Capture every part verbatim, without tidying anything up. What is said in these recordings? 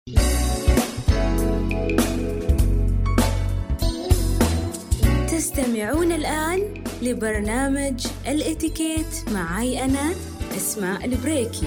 تستمعون الآن لبرنامج الاتيكيت معي أنا أسماء البريكي.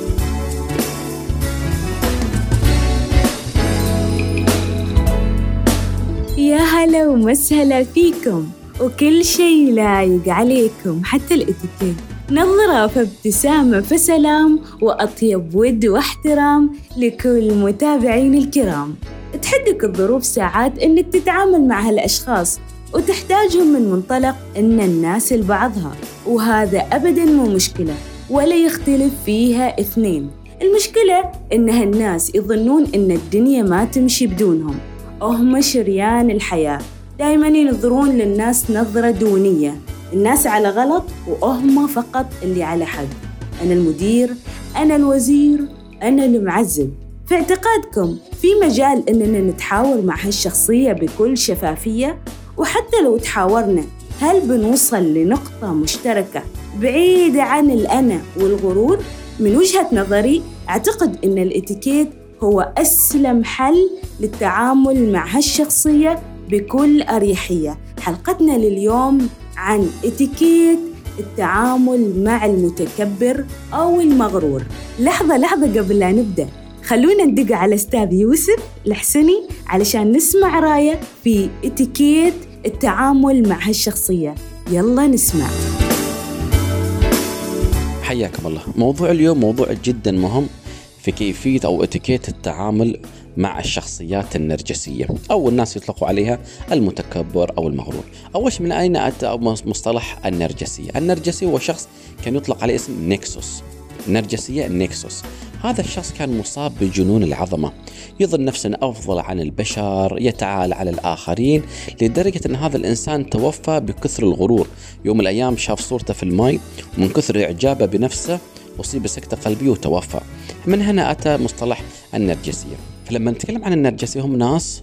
يا هلا ومسهلا فيكم، وكل شيء لايق عليكم حتى الاتيكيت. نظرة فابتسامة فسلام، وأطيب ود واحترام لكل متابعين الكرام. تحدك الظروف ساعات إنك تتعامل مع هالأشخاص وتحتاجهم من منطلق إن الناس لبعضها، وهذا أبداً مو مشكلة ولا يختلف فيها اثنين. المشكلة إن هالناس يظنون إن الدنيا ما تمشي بدونهم، وهم شريان الحياة. دايماً ينظرون للناس نظرة دونية، الناس على غلط وهم فقط اللي على حق. أنا المدير، أنا الوزير، أنا المعذب. في اعتقادكم في مجال إننا نتحاور مع هالشخصية بكل شفافية؟ وحتى لو تحاورنا، هل بنوصل لنقطة مشتركة بعيدة عن الأنا والغرور؟ من وجهة نظري أعتقد إن الاتيكيت هو أسلم حل للتعامل مع هالشخصية بكل أريحية. حلقتنا لليوم عن اتيكيت التعامل مع المتكبر أو المغرور. لحظة لحظة قبل لا نبدأ، خلونا ندق على أستاذ يوسف الحسني علشان نسمع رأيه في اتيكيت التعامل مع هالشخصية. يلا نسمع. حياكم الله. موضوع اليوم موضوع جدا مهم في كيفية أو اتيكيت التعامل مع الشخصيات النرجسية، أو الناس يطلقوا عليها المتكبر أو المغرور. أول شيء، من أين أتى مصطلح النرجسية؟ النرجسي هو شخص كان يطلق عليه اسم نيكسوس، نرجسية نيكسوس. هذا الشخص كان مصاب بجنون العظمة، يظن نفسه أفضل عن البشر، يتعالى على الآخرين، لدرجة أن هذا الإنسان توفى بكثر الغرور. يوم من الأيام شاف صورته في الماء، ومن كثر إعجابه بنفسه أصيب بسكتة قلبية وتوفى. من هنا أتى مصطلح النرجسية. فلما نتكلم عن النرجسية، هم ناس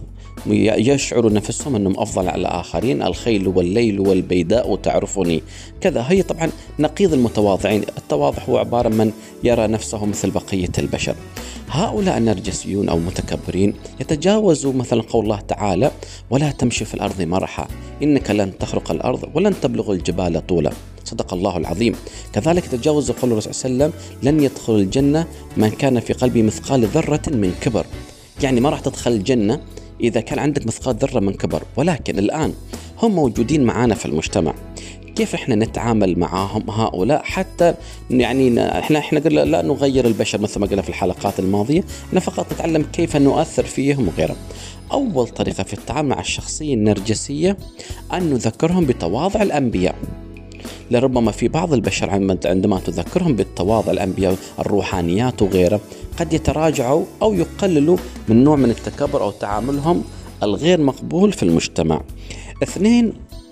يشعروا نفسهم أنهم أفضل على الآخرين، الخيل والليل والبيداء وتعرفني كذا. هي طبعا نقيض المتواضعين. التواضع هو عبارة من يرى نفسه مثل بقية البشر. هؤلاء النرجسيون أو متكبرين يتجاوزوا مثلا قول الله تعالى: ولا تمشي في الأرض مرحا إنك لن تخرق الأرض ولن تبلغ الجبال طولا. صدق الله العظيم. كذلك تجاوز قول الرسول صلى الله عليه وسلم: لن يدخل الجنة من كان في قلبه مثقال ذرة من كبر. يعني ما راح تدخل الجنة إذا كان عندك مثقال ذرة من كبر. ولكن الآن هم موجودين معانا في المجتمع. كيف إحنا نتعامل معهم هؤلاء حتى يعني إحنا إحنا قلنا لا نغير البشر مثل ما قلنا في الحلقات الماضية، إحنا فقط نتعلم كيف نؤثر فيهم وغيرهم. أول طريقة في التعامل مع الشخصية النرجسية أن نذكرهم بتواضع الأنبياء. لربما في بعض البشر عندما تذكرهم بالتواضع الأنبياء الروحانيات وغيره قد يتراجعوا أو يقللوا من نوع من التكبر أو تعاملهم الغير مقبول في المجتمع. اثنين،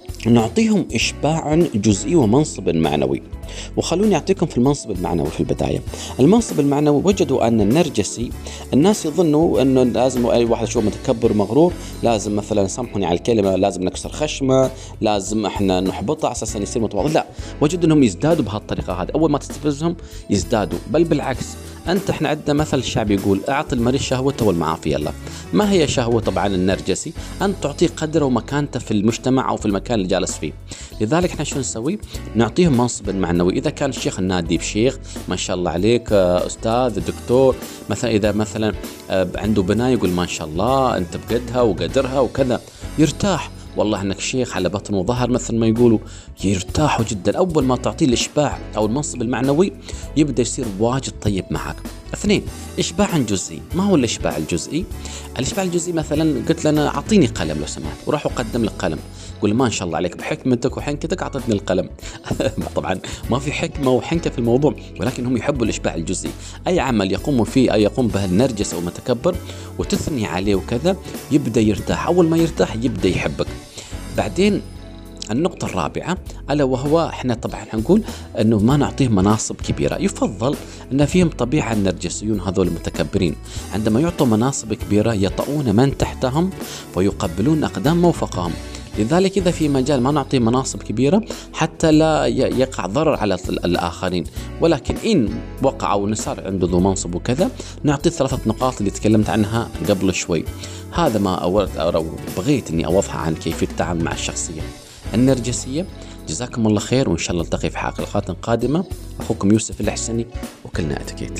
نعطيهم إشباع جزئي ومنصب معنوي. وخلوني أعطيكم في المنصب المعنوي في البداية. المنصب المعنوي، وجدوا أن النرجسي الناس يظنوا أنه لازم أي واحد شو متكبر مغرور لازم مثلا، سامحوني على الكلمة، لازم نكسر خشمه، لازم إحنا نحبطه على أساس أن يصير متواضع. لا، وجدوا أنهم يزدادوا بهالطريقة هذه. أول ما تستفزهم يزدادوا، بل بالعكس. أنت إحنا عندنا مثل الشعب يقول: أعطي المريض شهوته والمعافية الله. ما هي شهوة طبعا النرجسي؟ أن تعطيه قدره ومكانته في المجتمع أو في المكان اللي جالس فيه. لذلك إحنا شو نسوي؟ نعطيهم منصب معنوي. إذا كان الشيخ النادي بشيخ ما شاء الله عليك أستاذ دكتور، مثلا إذا مثلا عنده بناء يقول ما شاء الله أنت بقدها وقدرها وكذا، يرتاح. والله انك شيخ على بطن وظهر مثل ما يقولوا، يرتاحوا جدا. اول ما تعطيه الاشباع او المنصب المعنوي يبدا يصير واجد طيب معك. اثنين، اشباع جزئي. ما هو الاشباع الجزئي؟ الاشباع الجزئي مثلا قلت لنا اعطيني قلم لو سمحت، وراح اقدم لك قلم، قول ما شاء الله عليك بحكمتك وحنكتك اعطتني القلم. طبعا ما في حكمه وحنكه في الموضوع، ولكن هم يحبوا الاشباع الجزئي. اي عمل يقوم فيه اي يقوم به النرجس او متكبر وتثني عليه وكذا يبدا يرتاح. اول ما يرتاح يبدا يحبك. بعدين النقطة الرابعة ألا وهو إحنا طبعا نقول أنه ما نعطيه مناصب كبيرة. يفضل أن فيهم طبيعة النرجسيون هذول المتكبرين عندما يعطوا مناصب كبيرة يطؤون من تحتهم ويقبلون أقدام موفقهم. لذلك إذا في مجال ما نعطيه مناصب كبيرة حتى لا يقع ضرر على الآخرين، ولكن إن وقع أو نصار عنده ذو منصب وكذا نعطيه ثلاثة نقاط اللي تكلمت عنها قبل شوي. هذا ما أورد أو بغيت أني أوضح عن كيفية التعامل مع الشخصية النرجسية. جزاكم الله خير، وإن شاء الله نلتقي في حلقات قادمة. أخوكم يوسف الحسني، وكلنا أتكيت.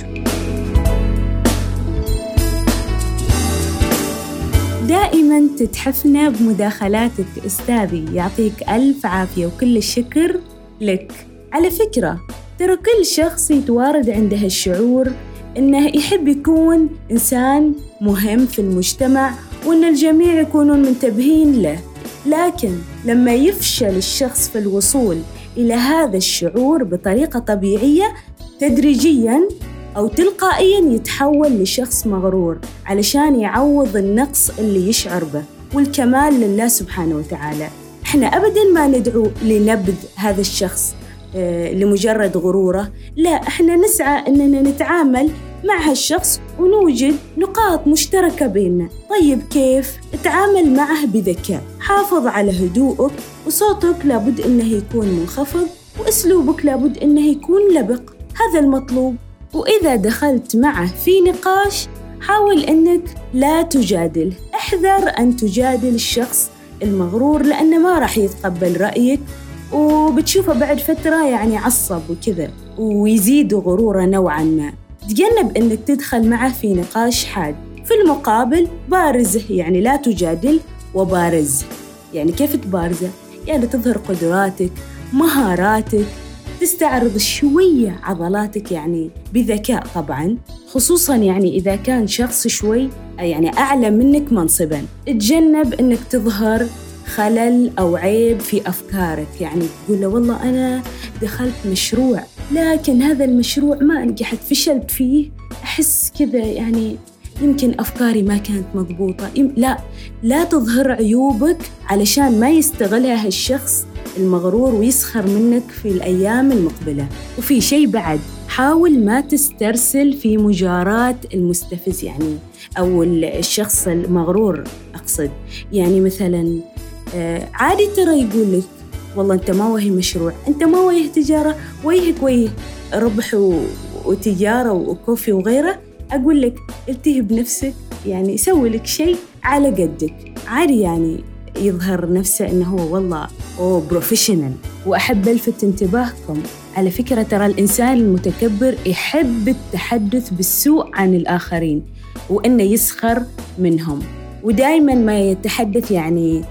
دائما تتحفنا بمداخلاتك أستاذي، يعطيك ألف عافية وكل الشكر لك. على فكرة ترى كل شخص يتوارد عنده الشعور إنه يحب يكون إنسان مهم في المجتمع وإن الجميع يكونون منتبهين له، لكن لما يفشل الشخص في الوصول إلى هذا الشعور بطريقة طبيعية تدريجياً أو تلقائياً يتحول لشخص مغرور علشان يعوض النقص اللي يشعر به، والكمال لله سبحانه وتعالى. إحنا أبداً ما ندعو لنبذ هذا الشخص لمجرد غروره، لا، إحنا نسعى أننا نتعامل مع هالشخص ونوجد نقاط مشتركة بيننا. طيب كيف؟ اتعامل معه بذكاء، حافظ على هدوءك، وصوتك لابد أنه يكون منخفض، وأسلوبك لابد أنه يكون لبق، هذا المطلوب. وإذا دخلت معه في نقاش حاول أنك لا تجادل، احذر أن تجادل الشخص المغرور لأنه ما راح يتقبل رأيك، وبتشوفه بعد فترة يعني عصب وكذا ويزيد غروره نوعاً ما. تجنب أنك تدخل معه في نقاش حاد، في المقابل بارزه، يعني لا تجادل وبارزه. يعني كيف تبارزه؟ يعني تظهر قدراتك، مهاراتك، تستعرض شوية عضلاتك يعني بذكاء طبعاً، خصوصاً يعني إذا كان شخص شوي يعني أعلى منك منصباً. تجنب أنك تظهر خلل أو عيب في أفكارك، يعني تقول له والله أنا دخلت مشروع لكن هذا المشروع ما نجحت، فشلت فيه، أحس كذا يعني يمكن أفكاري ما كانت مضبوطة. لا لا تظهر عيوبك علشان ما يستغلها هالشخص المغرور ويسخر منك في الأيام المقبلة. وفي شيء بعد، حاول ما تسترسل في مجاراة المستفز يعني أو الشخص المغرور أقصد. يعني مثلاً آه عادي ترى يقول لك والله أنت ما وهي مشروع، أنت ما وهي تجارة، ويهك ويه ربح وتجارة وكوفي وغيره. أقول لك التهي بنفسك، يعني سوي لك شيء على قدك عادي، يعني يظهر نفسه إنه هو والله أو بروفيشنال. وأحب ألفت انتباهكم على فكرة، ترى الإنسان المتكبر يحب التحدث بالسوء عن الآخرين وإنه يسخر منهم، ودائما ما يتحدث يعني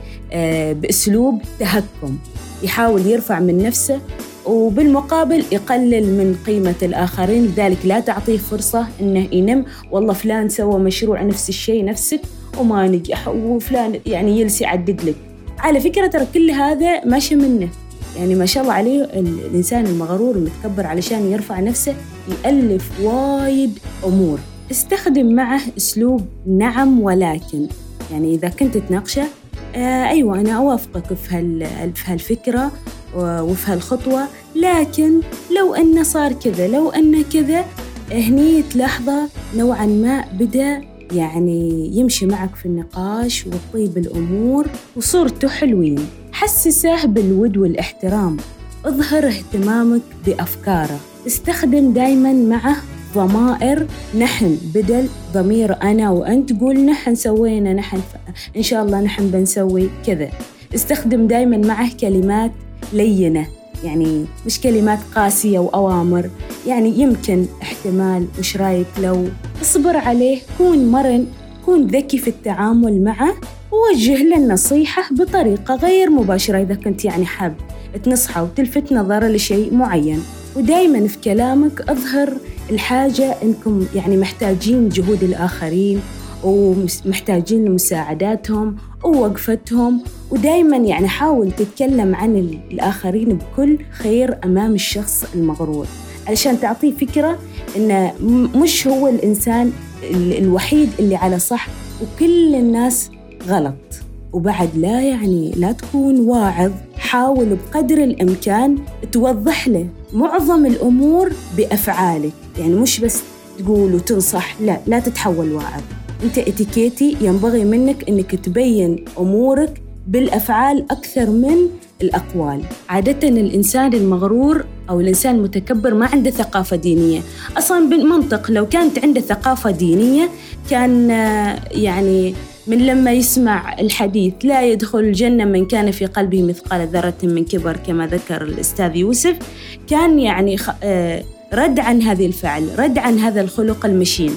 بأسلوب تهكم، يحاول يرفع من نفسه وبالمقابل يقلل من قيمة الآخرين. لذلك لا تعطيه فرصة إنه ينم، والله فلان سوى مشروع نفس الشيء نفسك وما نجح، وفلان يعني يلسي يعدد لك. على فكرة ترى كل هذا ماشي منه، يعني ما شاء الله عليه الإنسان المغرور المتكبر علشان يرفع نفسه يألف وايد أمور. استخدم معه أسلوب نعم ولكن، يعني إذا كنت تناقشه آه أيوة أنا أوافقك في, هال... في هالفكرة وفي هالخطوة، لكن لو أنه صار كذا، لو أنه كذا، هني تلاحظه نوعاً ما بدأ يعني يمشي معك في النقاش وطيب الأمور وصورته حلوين. حسسه بالود والاحترام، اظهر اهتمامك بأفكاره. استخدم دايماً معه ضمائر نحن بدل ضمير أنا وأنت. قول نحن سوينا، نحن إن شاء الله نحن بنسوي كذا. استخدم دايماً معه كلمات لينة، يعني مش كلمات قاسية وأوامر، يعني يمكن احتمال وش رايك لو. اصبر عليه، كون مرن، كون ذكي في التعامل معه، ووجه له النصيحة بطريقة غير مباشرة إذا كنت يعني حاب تنصحه وتلفت نظره لشيء معين. ودايماً في كلامك أظهر الحاجة إنكم يعني محتاجين جهود الآخرين ومحتاجين لمساعداتهم ووقفتهم، ودايماً يعني حاول تتكلم عن الآخرين بكل خير أمام الشخص المغرور علشان تعطيه فكرة إنه مش هو الإنسان الوحيد اللي على صح وكل الناس غلط. وبعد لا يعني لا تكون واعظ، حاول بقدر الإمكان توضح له معظم الأمور بأفعالك، يعني مش بس تقول وتنصح، لا لا تتحول واعظ. أنت إتيكيتي ينبغي منك أنك تبين أمورك بالأفعال أكثر من الأقوال. عادة الإنسان المغرور أو الإنسان المتكبر ما عنده ثقافة دينية أصلاً. بالمنطق لو كانت عنده ثقافة دينية كان يعني من لما يسمع الحديث لا يدخل الجنة من كان في قلبه مثقال ذرة من كبر كما ذكر الأستاذ يوسف، كان يعني رد عن هذه الفعل، رد عن هذا الخلق المشين.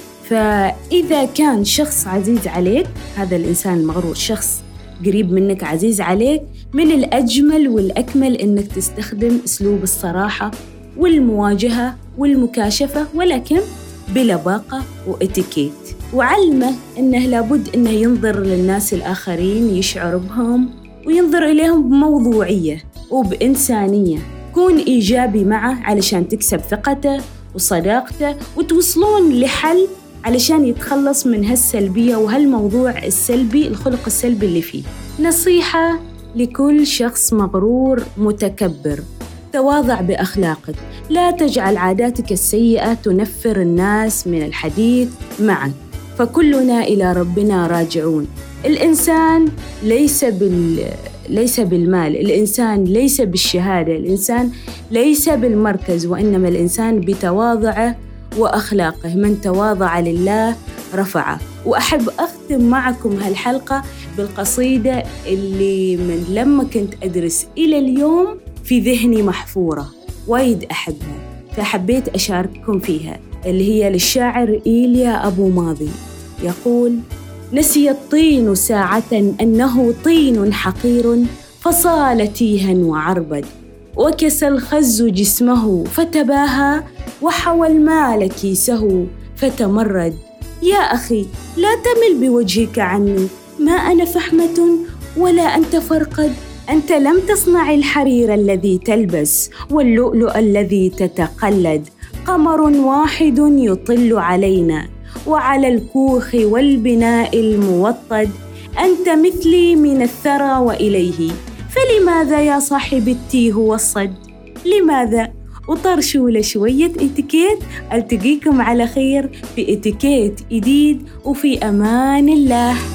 فإذا كان شخص عزيز عليك، هذا الإنسان المغرور شخص قريب منك عزيز عليك، من الأجمل والأكمل أنك تستخدم أسلوب الصراحة والمواجهة والمكاشفة، ولكن بلباقة وإتيكيت، وعلمه أنه لابد أنه ينظر للناس الآخرين، يشعر بهم وينظر إليهم بموضوعية وبإنسانية. كون إيجابي معه علشان تكسب ثقته وصداقته وتوصلون لحل علشان يتخلص من هالسلبية وهالموضوع السلبي، الخلق السلبي اللي فيه. نصيحة لكل شخص مغرور متكبر: تواضع بأخلاقك، لا تجعل عاداتك السيئة تنفر الناس من الحديث معك، فكلنا إلى ربنا راجعون. الإنسان ليس بال ليس بالمال، الإنسان ليس بالشهادة، الإنسان ليس بالمركز، وإنما الإنسان بتواضعه وأخلاقه. من تواضع لله رفعه. وأحب أختم معكم هالحلقة بالقصيدة اللي من لما كنت أدرس إلى اليوم في ذهني محفورة، وايد أحبها، فحبيت أشارككم فيها، اللي هي للشاعر إيليا أبو ماضي. يقول: نسي الطين ساعة أنه طين حقير، فصال تيها وعربد، وكسى الخز جسمه فتباهى، وحوى المال كيسه فتمرد. يا أخي لا تمل بوجهك عني، ما أنا فحمة ولا أنت فرقد، أنت لم تصنع الحرير الذي تلبس واللؤلؤ الذي تتقلد، قمر واحد يطل علينا وعلى الكوخ والبناء الموطد، أنت مثلي من الثرى وإليه، فلماذا يا صاحب التيه والصد؟ لماذا؟ وطرشوا لشوية إتيكيت. ألتقيكم على خير في إتيكيت جديد، وفي أمان الله.